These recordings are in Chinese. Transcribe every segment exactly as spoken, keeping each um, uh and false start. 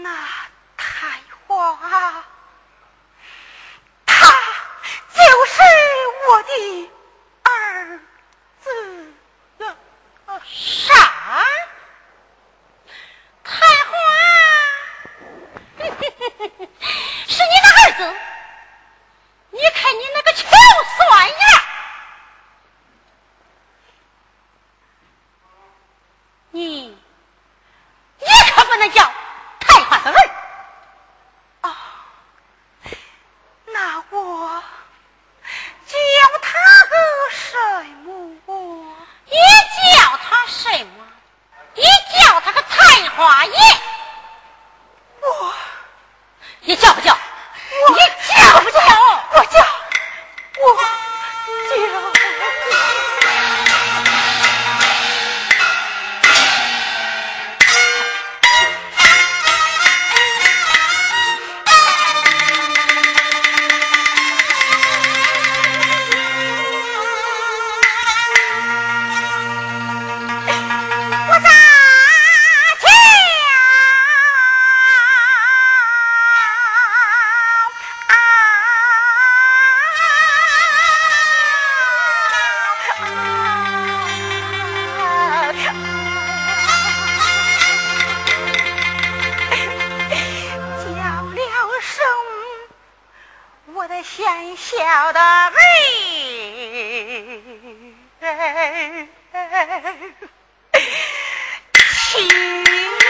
那太华，他就是我的儿子。 啥？太华是你的儿子？你看你那个穷酸样，你你可不能叫太华的儿啊！那我叫他个什么？ 你叫他什么？你叫他个太华爷。 我， 你叫不叫？ 我你叫不叫？ 我叫，我叫。贤孝的儿亲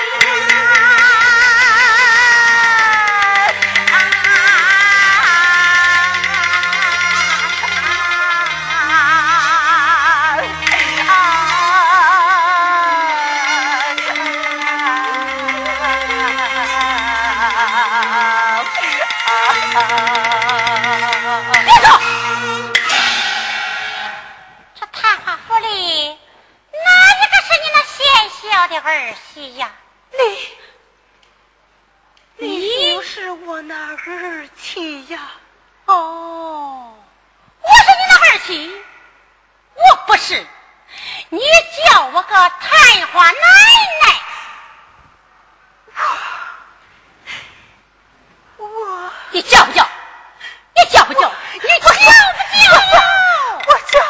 儿媳呀，你你就是我那儿媳呀。 哦，我是你的儿媳，我不是，你叫我个太华奶奶。 我我你叫不叫？你叫不叫？你叫不叫？ 我叫。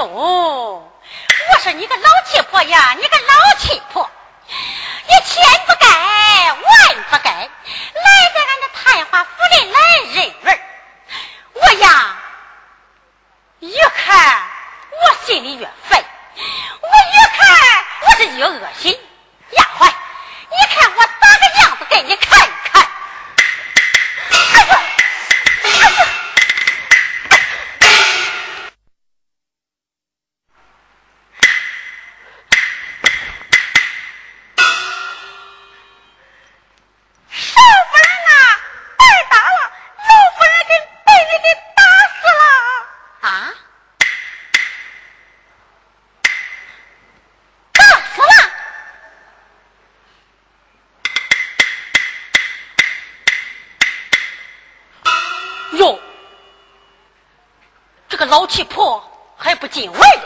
哟，我说你个老气婆呀，你个老气婆，你千不该万不该来在俺的探花府里来认人。我呀越看我心里越愤，我越看我这越恶心。丫鬟，你看我打个样子给你看看。哎呀哎呀， 少夫人呐，白打了，老夫人给被你给打死了啊！打死了！哟，这个老气婆还不进味的，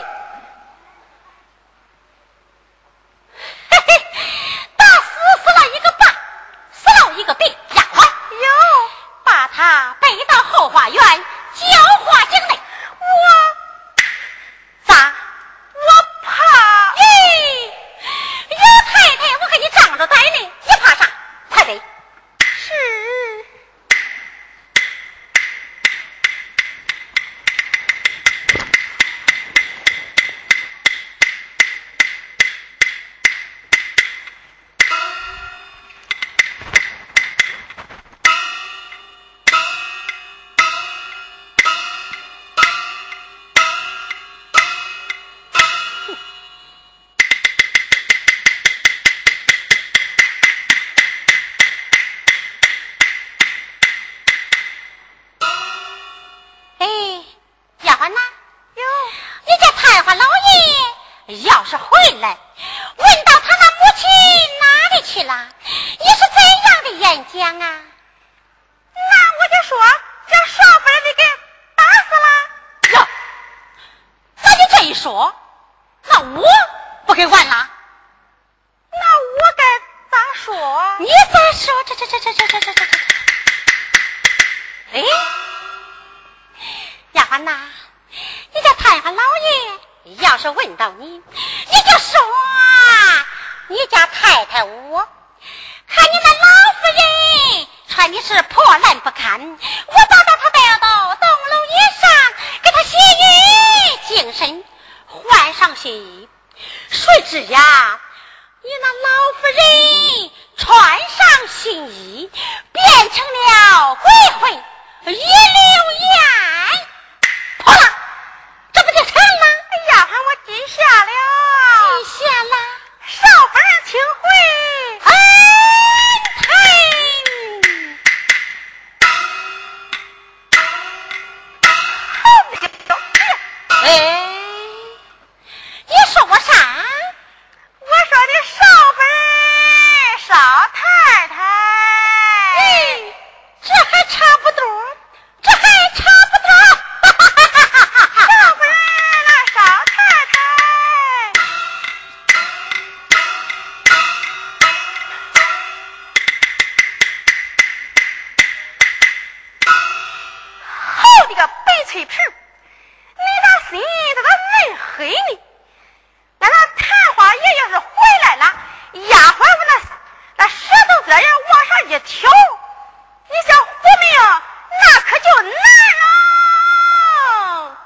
嘿嘿，打死死了一个爸，死了一个病。丫鬟， 哟， 把他背到后花园，浇花井内。 我咋？ 我怕。 咦，有太太我给你张着呆呢，你怕啥？快点。 是。 要是回来问到他那母亲哪里去了，你是怎样的演讲啊？ 那我就说将少夫人你给打死了。 哟，那你这一说，那我不给完了？ 那我该咋说？ 你咋说？这这这这这这这这这。哎，丫鬟呐，你家太上老爷要是问到你，你就说你家太太我看你那老夫人穿的是破烂不堪，我把她带到东楼椅上，给她洗浴净身，换上新衣。谁知呀，你那老夫人穿上新衣，变成了鬼魂一溜烟，跑了，这不就成了？ 丫鬟，我记下了， 记下了。 少夫人请回。 安泰。哎，你说我啥？ 我说的少夫人，少太太。 哎，这还差不多，这还差不多。 少夫人，那少太太。好的个白脆皮，你那心这个嫩黑呢？那那探花爷要是回来了，丫鬟我那那舌头这样往上一挑，你想活命那可就难了。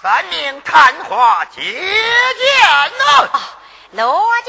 三名探花接见呐、 啊！罗家。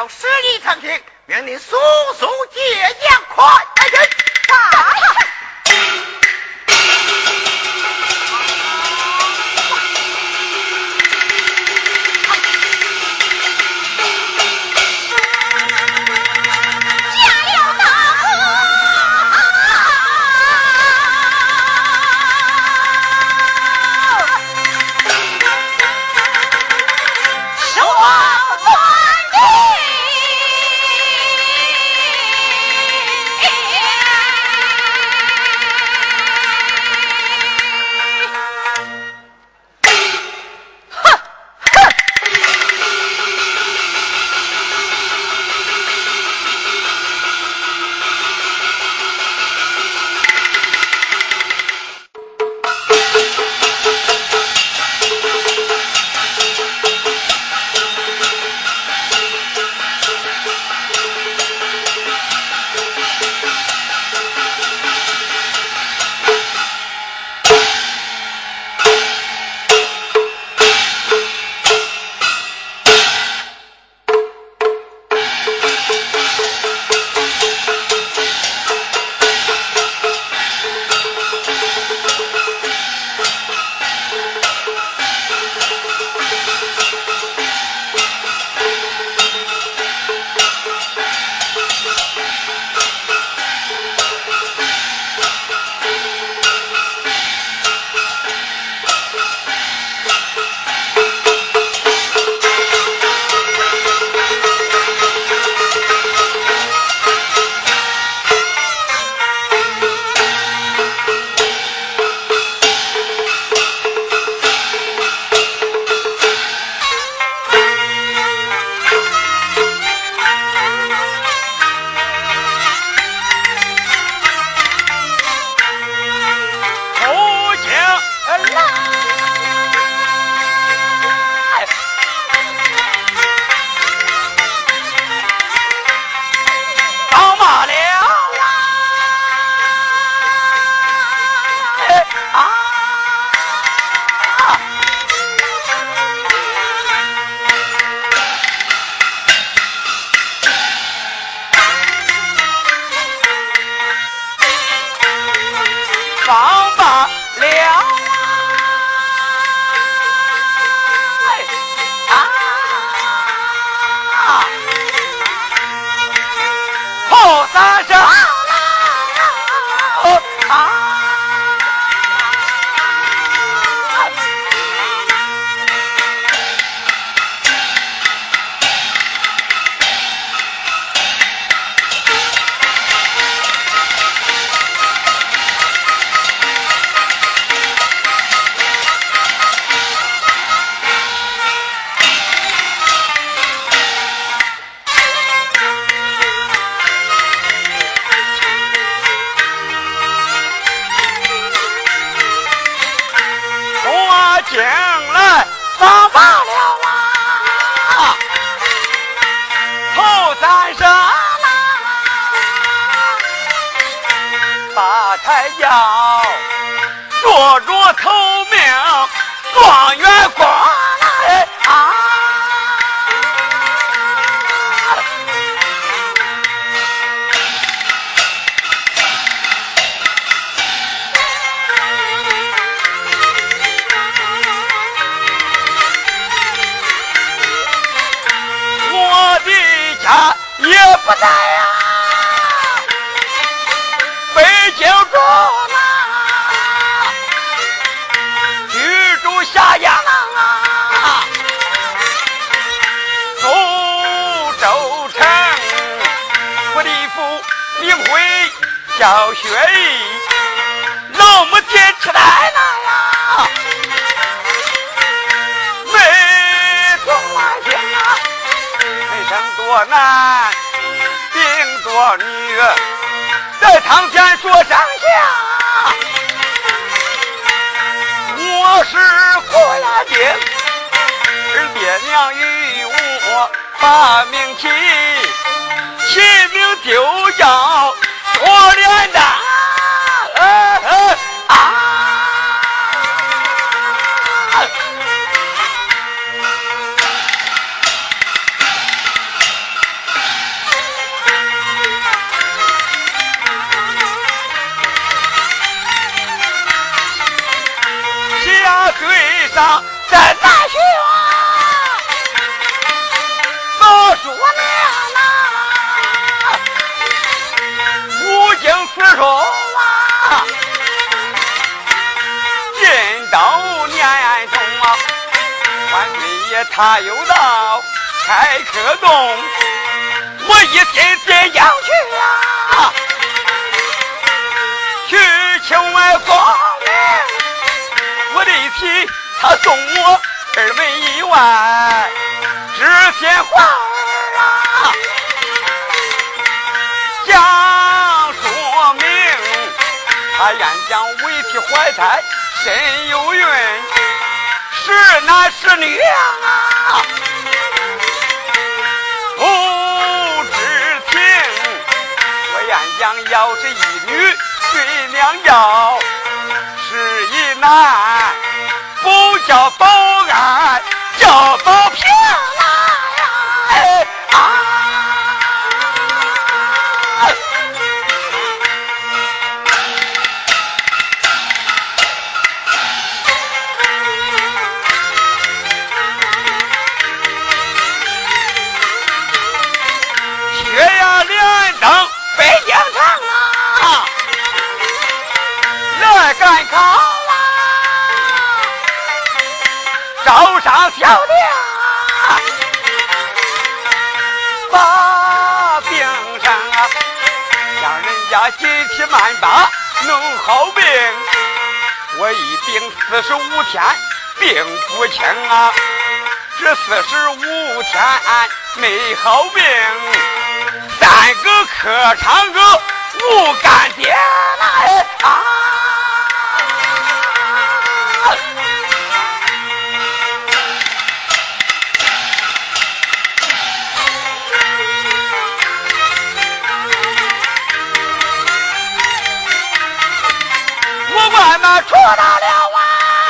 要十里长亭，命你速速借将快人。 小学艺，老母亲吃奶奶呀，没多万幸啊，没生多男，病多女，在堂前说上下，我是国家兵，而爹娘与我把命起，起名就叫多连长。啊啊啊上在大学读书呢，无经四书啊，进到年中啊，万岁爷他有道开科动，我一天天要去啊，去请外光明，我的妻他送我二门以外知县花儿啊，讲说明他演讲为妻怀胎身有孕，是男是女啊，不知情。我演讲要是一女对娘叫，是一男不叫保安叫保平啊呀啊！血呀连登北京城啊，来赶考啊，招商小店啊，把病上啊，让人家紧急慢把弄好病。我一病四十五天病不轻啊，这四十五天没好病，三个科场个无干爹来啊！我慢慢出到了啊，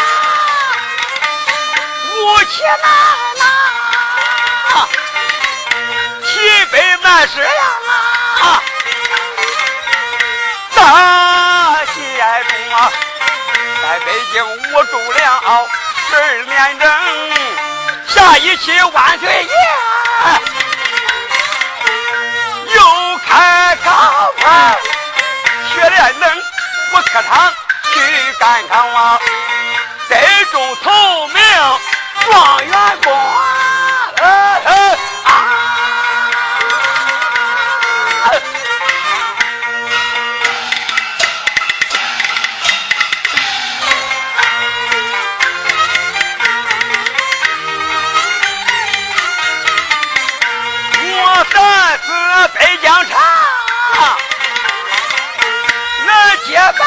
无锡南呐，西北满是阳啊，大街中啊，在北京我住了十二年整，下一期万岁爷又开高派，学练能我课堂去赶考啊，再中头名状元公啊，呃呃啊我三次北疆城那结拜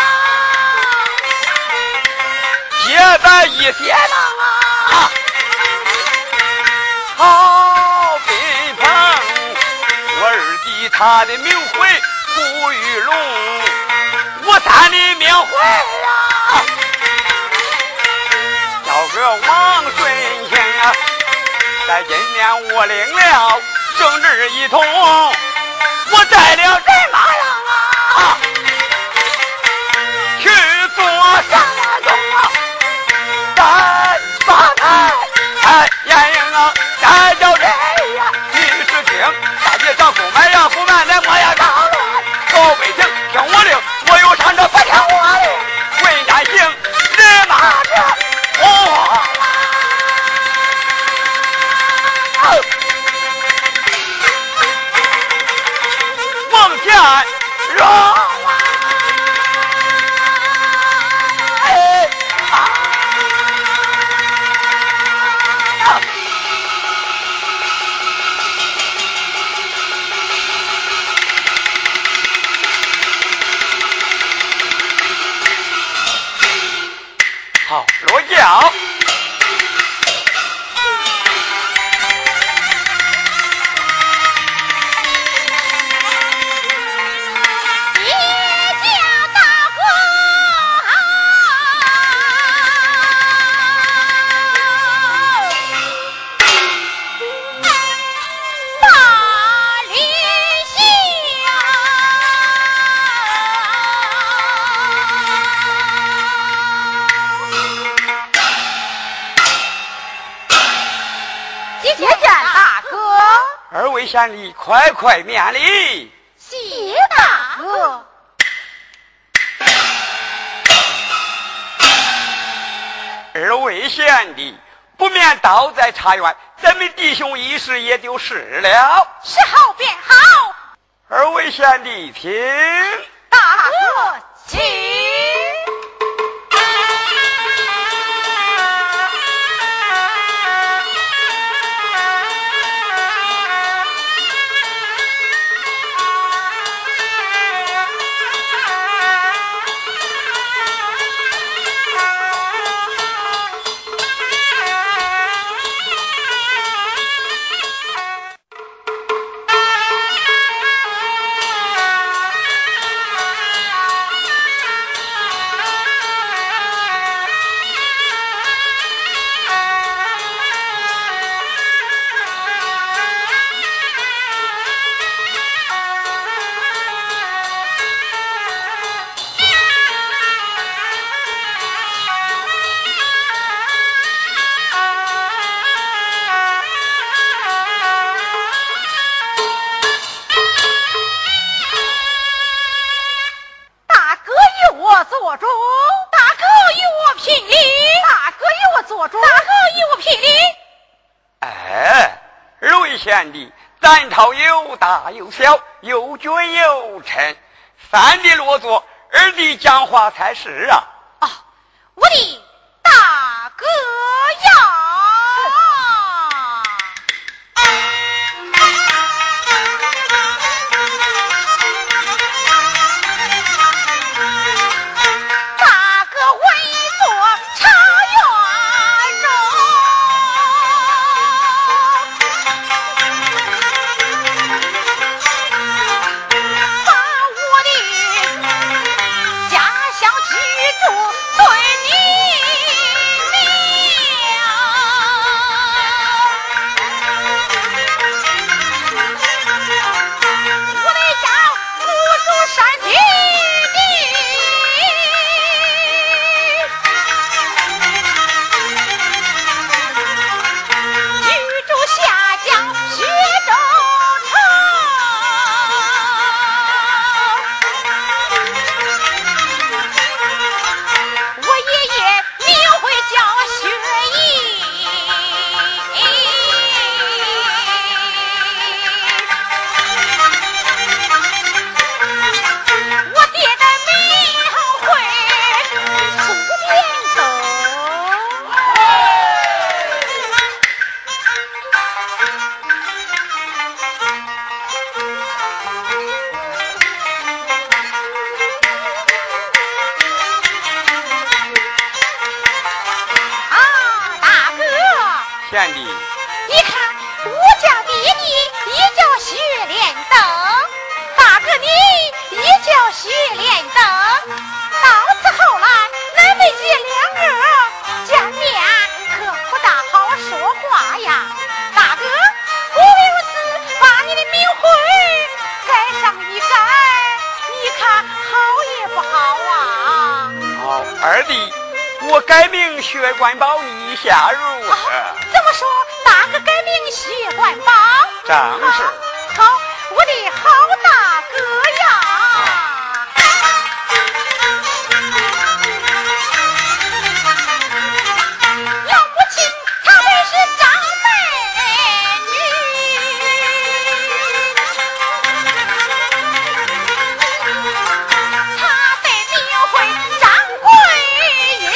结拜一些啊，好宾朋，我二弟他的名讳顾玉龙，我三的名讳啊叫个王顺清啊，在今年我领了政治一统，我带了人马上啊去做山东啊，咱发财哎眼影啊，咱叫谁呀？你是听大街上不买呀不买来我也搞乱，各位听听我令，我有上这不听我令，问家行人马这哦往前让啊哎啊好落脚贤弟快快免礼。 谢大哥。 二位贤弟不免倒在茶园，咱们弟兄一时也就是了。 是好便好。 二位贤弟听。 大哥请。 贤弟，咱朝有大有小，有君有臣，三弟落座，二弟讲话才是啊。 啊，我的大哥呀！大哥围坐茶园中，把我的家乡居住对你我的家不住山地居住下江雪中城，我爷爷名讳叫薛姨，我爹的名讳苏连登。啊，大哥， 贤弟， 你看我家弟弟也叫薛连登，大哥你也叫薛连登。到此后来，俺们爷两个见面可不大好说话呀。大哥，我为此把你的名讳改上一改，你看好也不好啊？ 好，二弟，我改名薛关宝，你下如何？ 啊，怎么说？大哥改名薛关宝？ 正是。 好，我的好大哥呀！老母亲她本是张美女，她的名讳张桂英。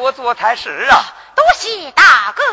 我做差事啊。 多谢大哥。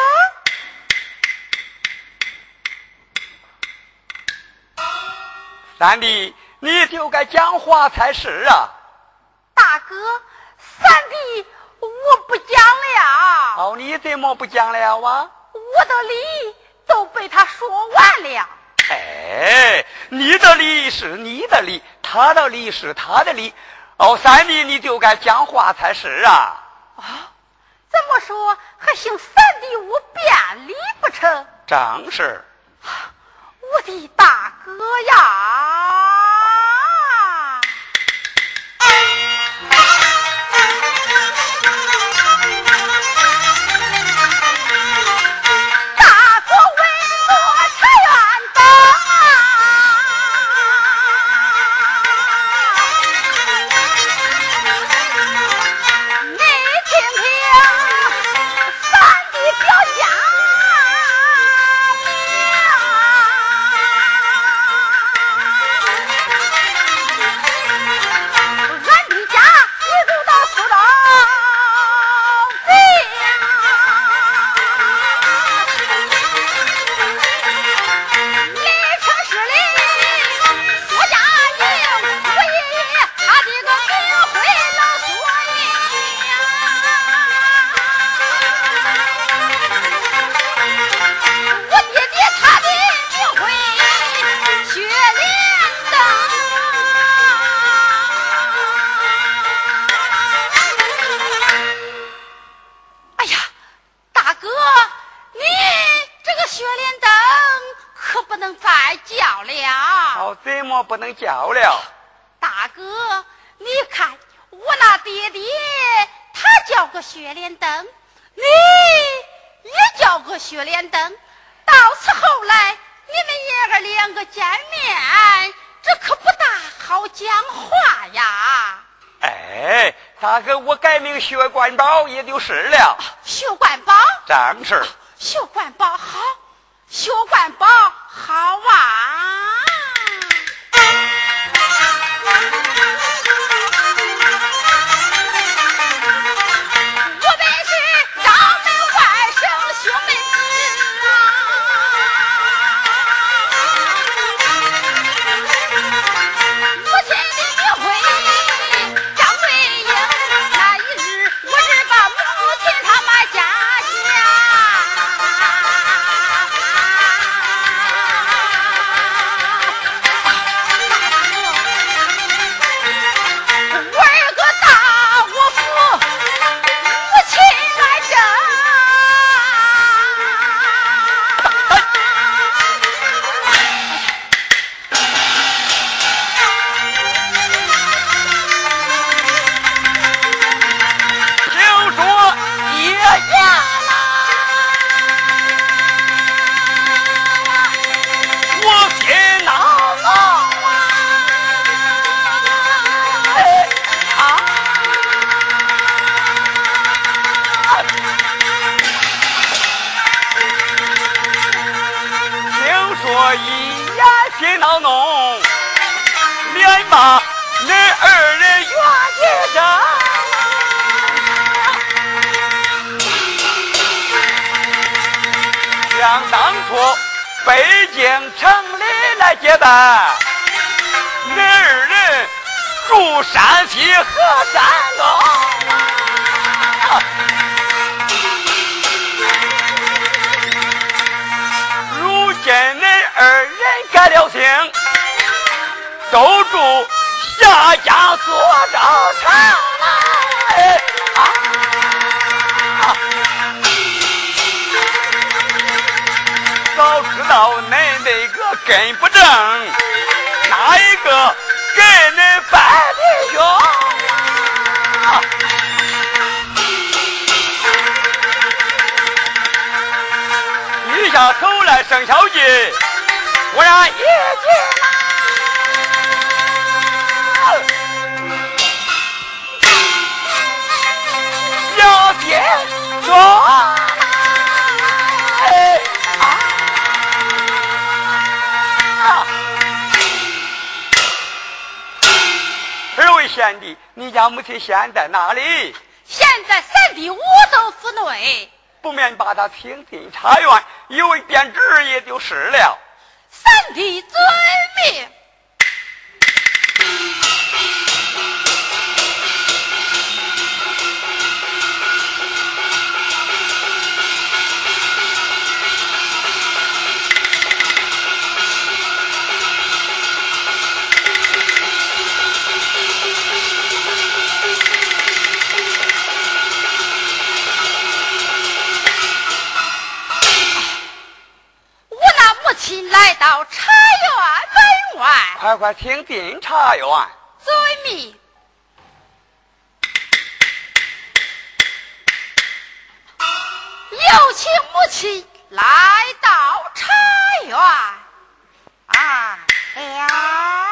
三弟，你就该讲话才是啊。 大哥，三弟，我不讲了。 哦，你怎么不讲了啊？ 我的理都被他说完了。 哎，你的理是你的理，他的理是他的理。哦，三弟，你就该讲话才是啊。 啊，怎么说还请三弟我辩理不成？ 正是。 我的大哥呀！大哥为我财源等你听听三弟表讲。 不能叫了。 大哥，你看我那爹爹他叫个雪莲灯，你也叫个雪莲灯，到此后来你们爷儿两个见面，这可不大好讲话呀。 哎，大哥，我改名薛冠宝也就是了。 薛冠宝， 正是。 薛冠宝好，薛冠宝好啊。 北京城里来接待，你二人住山西和山东啊。如今你二人改了姓，都住下江左赵城来啊。早知道恁那个根不正，哪一个给恁拜弟兄啊？一下头来生小姐，我让一起来，要别说。贤弟，你家母亲现在哪里？ 现在三弟我都府内， 不免把他请进茶园，有一便知也就是了。 三弟遵命。来到茶园门外， 快快请进茶园。 遵命。有请母亲来到茶园。啊呀！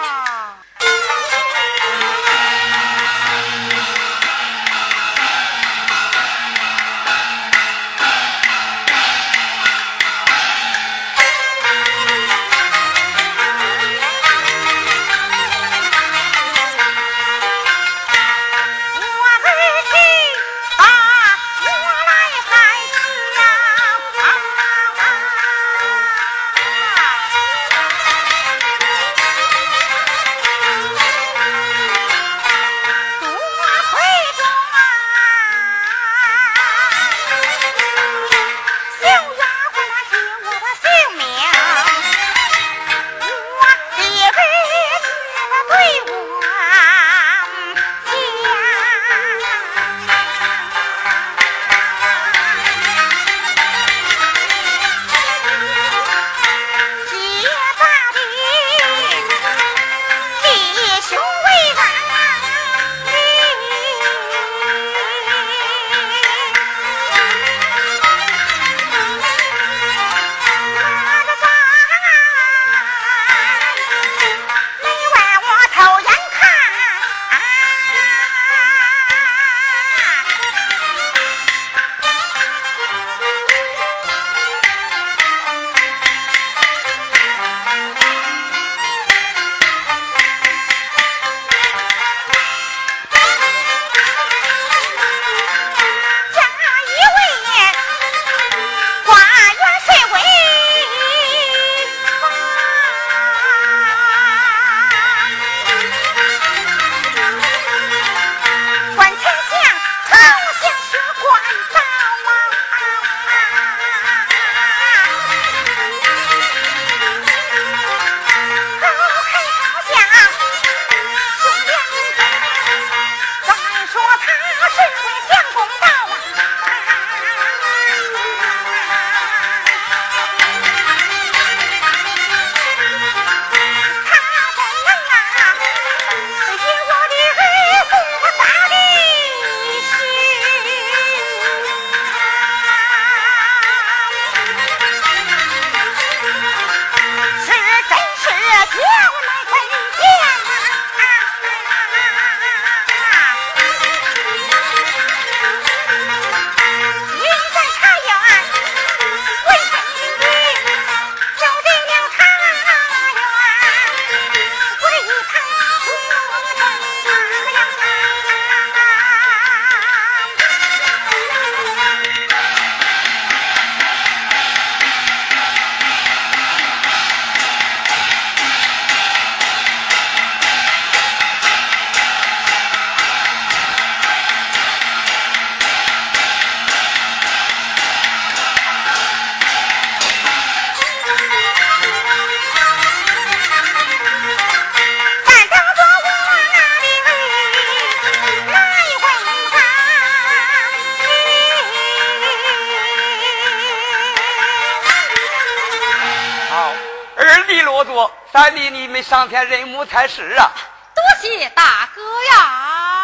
三弟，你们上天任务才是啊！ 多谢大哥呀！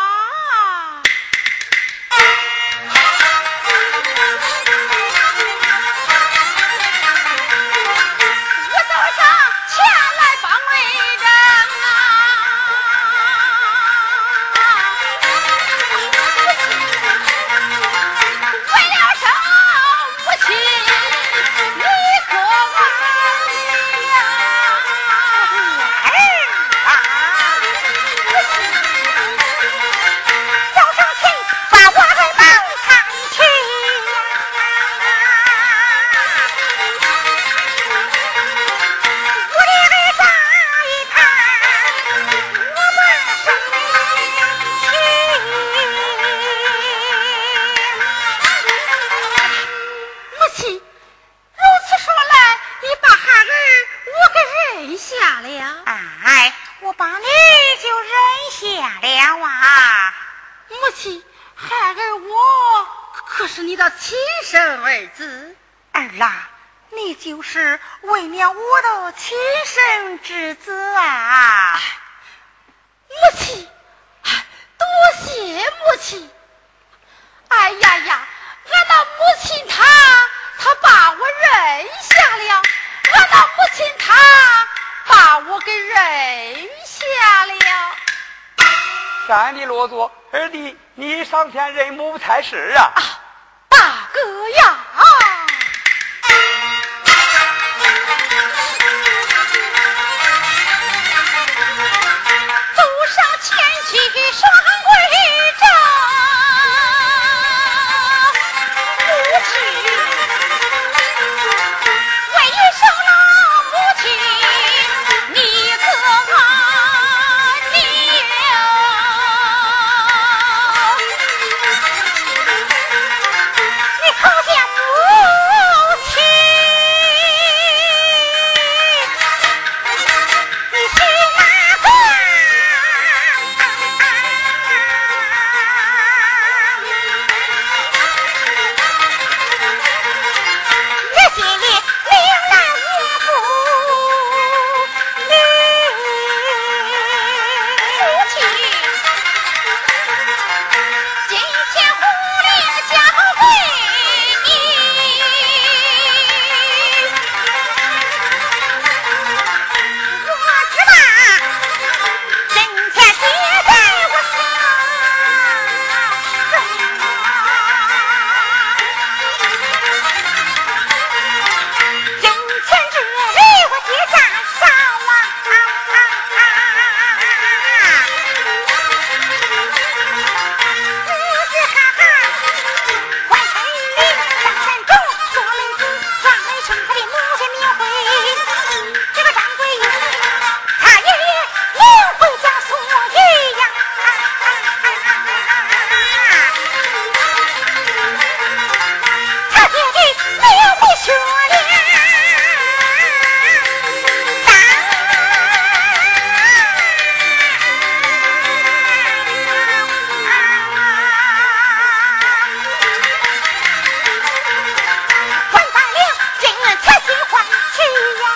我早上前来帮为人啊！为了生母亲，你可忘了？ 可是你的亲生儿子。 儿啦，你就是为了我的亲生之子啊！ 母亲，多谢母亲。哎呀呀，俺那母亲她她把我认下了，俺那母亲她把我给认下了。 三弟啰嗦，二弟你上前认母才是啊！ 啊，大哥呀！ 走上前去双跪着，母亲为首老母亲，你可安宁？你可见母亲？你是哪个？这些年领来我父母亲，金钱虎令交给你，我知道真钱别在我手金钱这里我爹家少啊，母子哈哈万岁令张三中做了主，专门称他的母亲名讳。这个张贵英他爷爷名讳叫宋玉呀，他爹的名讳薛莲。关大梁今日才心欢喜呀，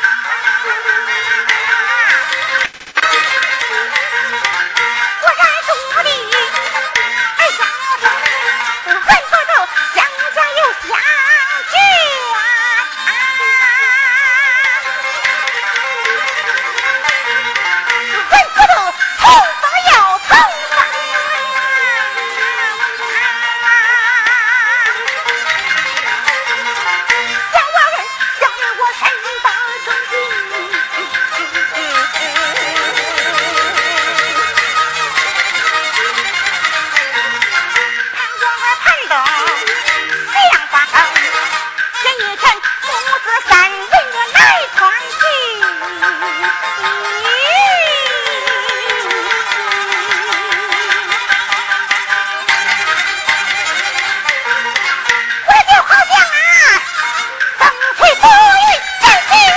我然住的哎呀人不都相家又相聚人不都同房又同房想我儿想得我身当中心，盼我儿盼到想发生，这一天母子三人来团聚。我的好像啊风吹不雨真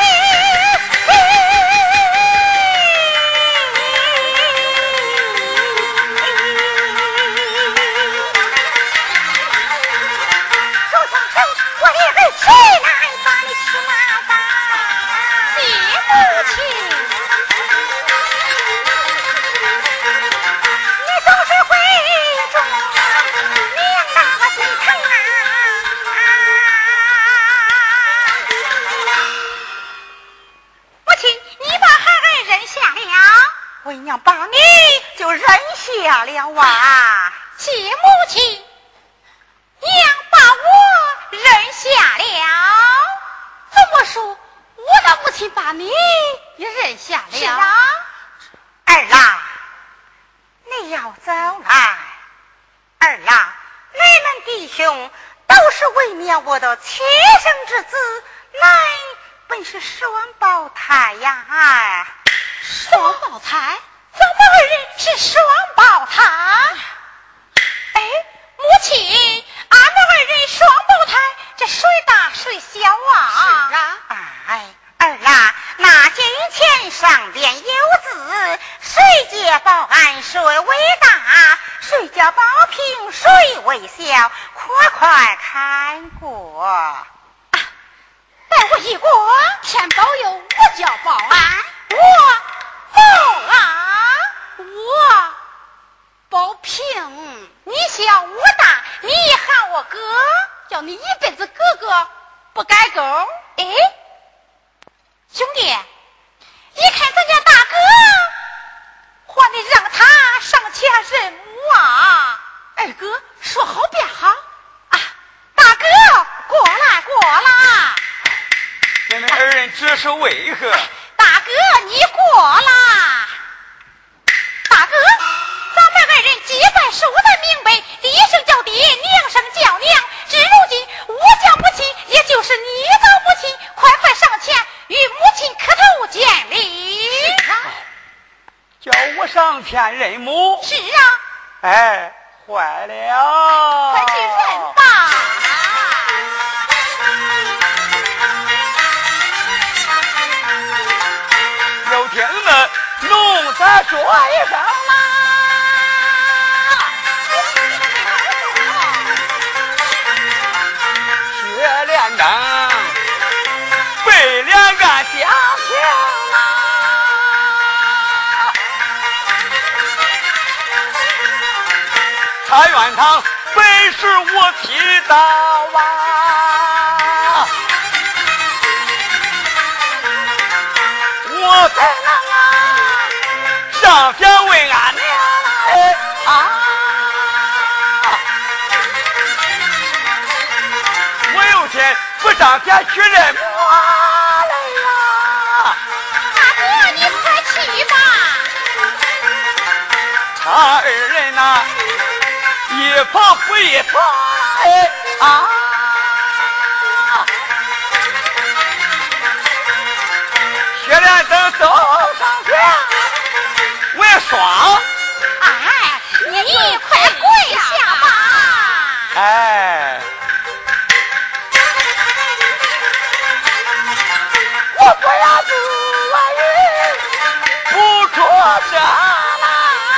手上手我的儿起来吧，你起来吧，谢母亲。你总是会中娘那个心疼啊！母亲，你把孩儿认下了。 为娘把你就认下了啊！ 谢母亲，娘把我认下了。 怎么说我的母亲把你也认下了？ 是啊， 儿啦，你要走来。儿啦，你们弟兄都是为了我的亲生之子，乃本是双胞胎呀！哎， 双胞胎？ 怎么二人是双胞胎？哎，母亲，俺们二人双胞胎，这谁大谁小啊？ 是啊， 哎，儿啦，那金钱上边有字，谁接报案谁为大，谁叫报平谁为小，苦快快看过。啊， 待我一过，天保佑，我叫保安，我保安，我保平。你小我大，你喊我哥，叫你一辈子哥哥不改沟。哎，兄弟，一看咱家大哥，还得让他上前认母啊！二哥说好便好啊，大哥过来过来。 你们二人这是为何？ 大哥你过来。大哥，咱们二人结拜手在明辈，爹声叫爹，娘声叫娘，至如今我叫母亲，也就是你叫母亲，快快上前与母亲磕头见礼。是啊， 叫我上前认母。 是啊。 哎，坏了， 快去认吧。 有听们弄咱说一声啦，雪莲灯被两杆相情啦，茶园堂本是我提到啊，我才能啊上前问俺娘哎啊，我有天不上前去认母来呀。 大哥你快去吧。 他二人呐、啊，一旁不一旁哎啊。雪莲灯走上前，我也爽。 哎，你快跪下吧。 哎，我不要做人，不出这来。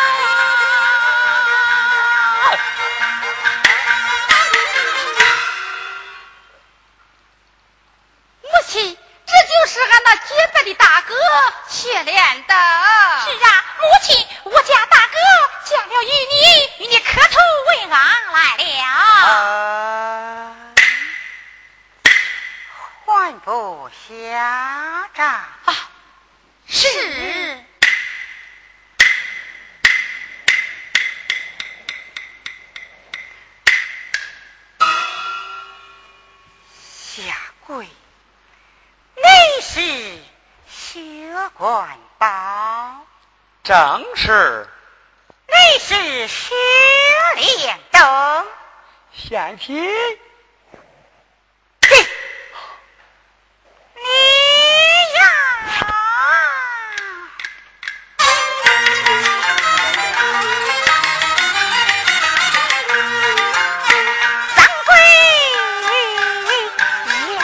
母亲，这就是俺那结拜的大哥雪莲的。是啊，母亲，我家大哥见了与你，与你磕头问安来了。 啊，还不下账啊，是。 下跪。你是薛官宝， 正是。 你是薛莲灯， 贤妻。 嘿，你呀，掌柜呀，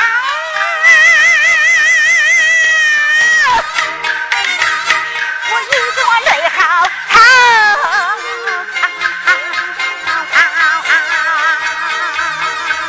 我一着泪好淌淌淌淌淌淌。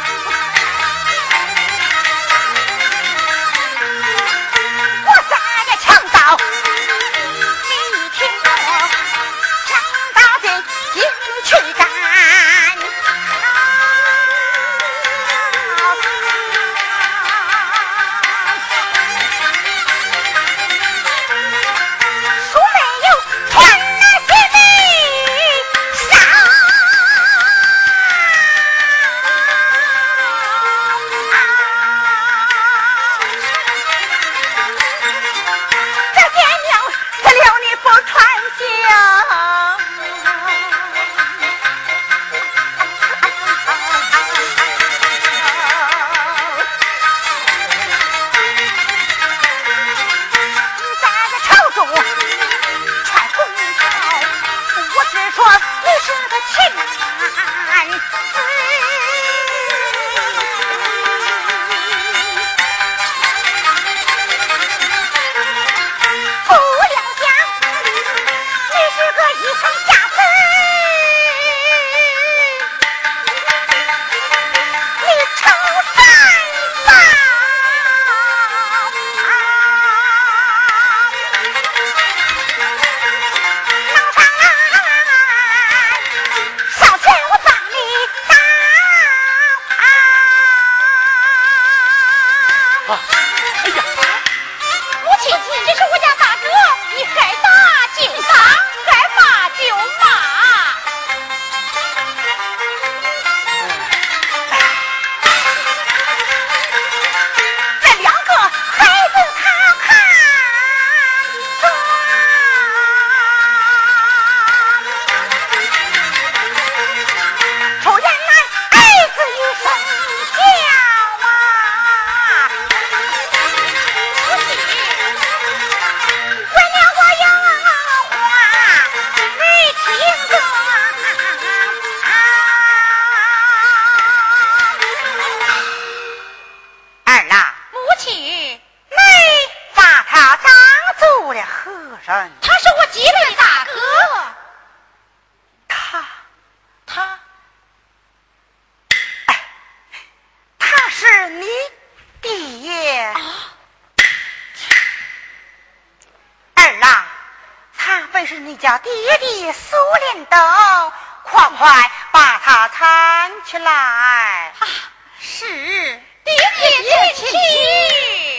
你家爹爹苏连灯，快快把他搀起来。 啊，是，爹爹请起。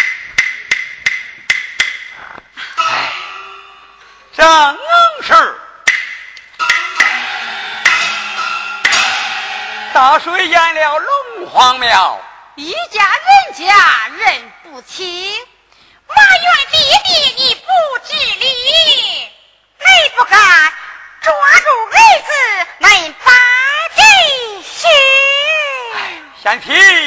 哎，正是。大水淹了龙皇庙， 一家人家人不清，埋怨爹爹你不知理， 你不该抓住儿子，能把这些。 贤妻。